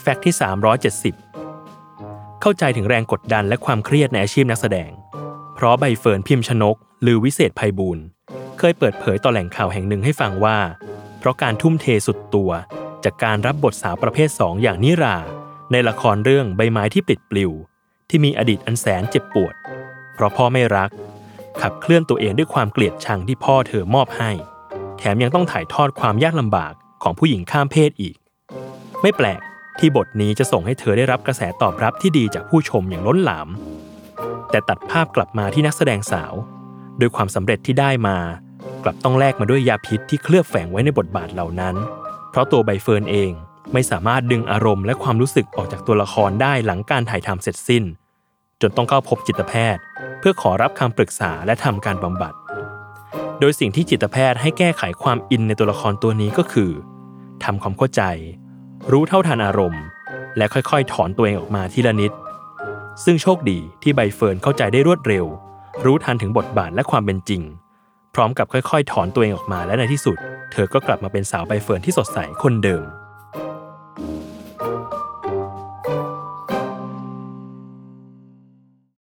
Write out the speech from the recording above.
แฟกต์ที่370เข้าใจถึงแรงกดดันและความเครียดในอาชีพนักแสดงเพราะใบเฟิร์นพิมพ์ชนกลือวิเศษไพบูลย์เคยเปิดเผยต่อแหล่งข่าวแห่งหนึ่งให้ฟังว่าเพราะการทุ่มเทสุดตัวจากการรับบทสาวประเภท2อย่างนิราในละครเรื่องใบไม้ที่ปลิดปลิวที่มีอดีตอันแสนเจ็บปวดเพราะพ่อไม่รักขับเคลื่อนตัวเองด้วยความเกลียดชังที่พ่อเธอมอบให้แถมยังต้องถ่ายทอดความยากลำบากของผู้หญิงข้ามเพศอีกไม่แปลกที่บทนี้จะส่งให้เธอได้รับกระแสตอบรับที่ดีจากผู้ชมอย่างล้นหลามแต่ตัดภาพกลับมาที่นักแสดงสาวโดยความสำเร็จที่ได้มากลับต้องแลกมาด้วยยาพิษที่เคลือบแฝงไว้ในบทบาทเหล่านั้นเพราะตัวใบเฟิร์นเองไม่สามารถดึงอารมณ์และความรู้สึกออกจากตัวละครได้หลังการถ่ายทำเสร็จสิ้นจนต้องเข้าพบจิตแพทย์เพื่อขอรับคำปรึกษาและทำการบำบัดโดยสิ่งที่จิตแพทย์ให้แก้ไขความอินในตัวละครตัวนี้ก็คือทำความเข้าใจรู้เท่าทันอารมณ์และค่อยๆถอนตัวเองออกมาทีละนิดซึ่งโชคดีที่ใบเฟิร์นเข้าใจได้รวดเร็วรู้ทันถึงบทบาทและความเป็นจริงพร้อมกับค่อยๆถอนตัวเองออกมาและในที่สุดเธอก็กลับมาเป็นสาวใบเฟิร์นที่สดใสคนเดิม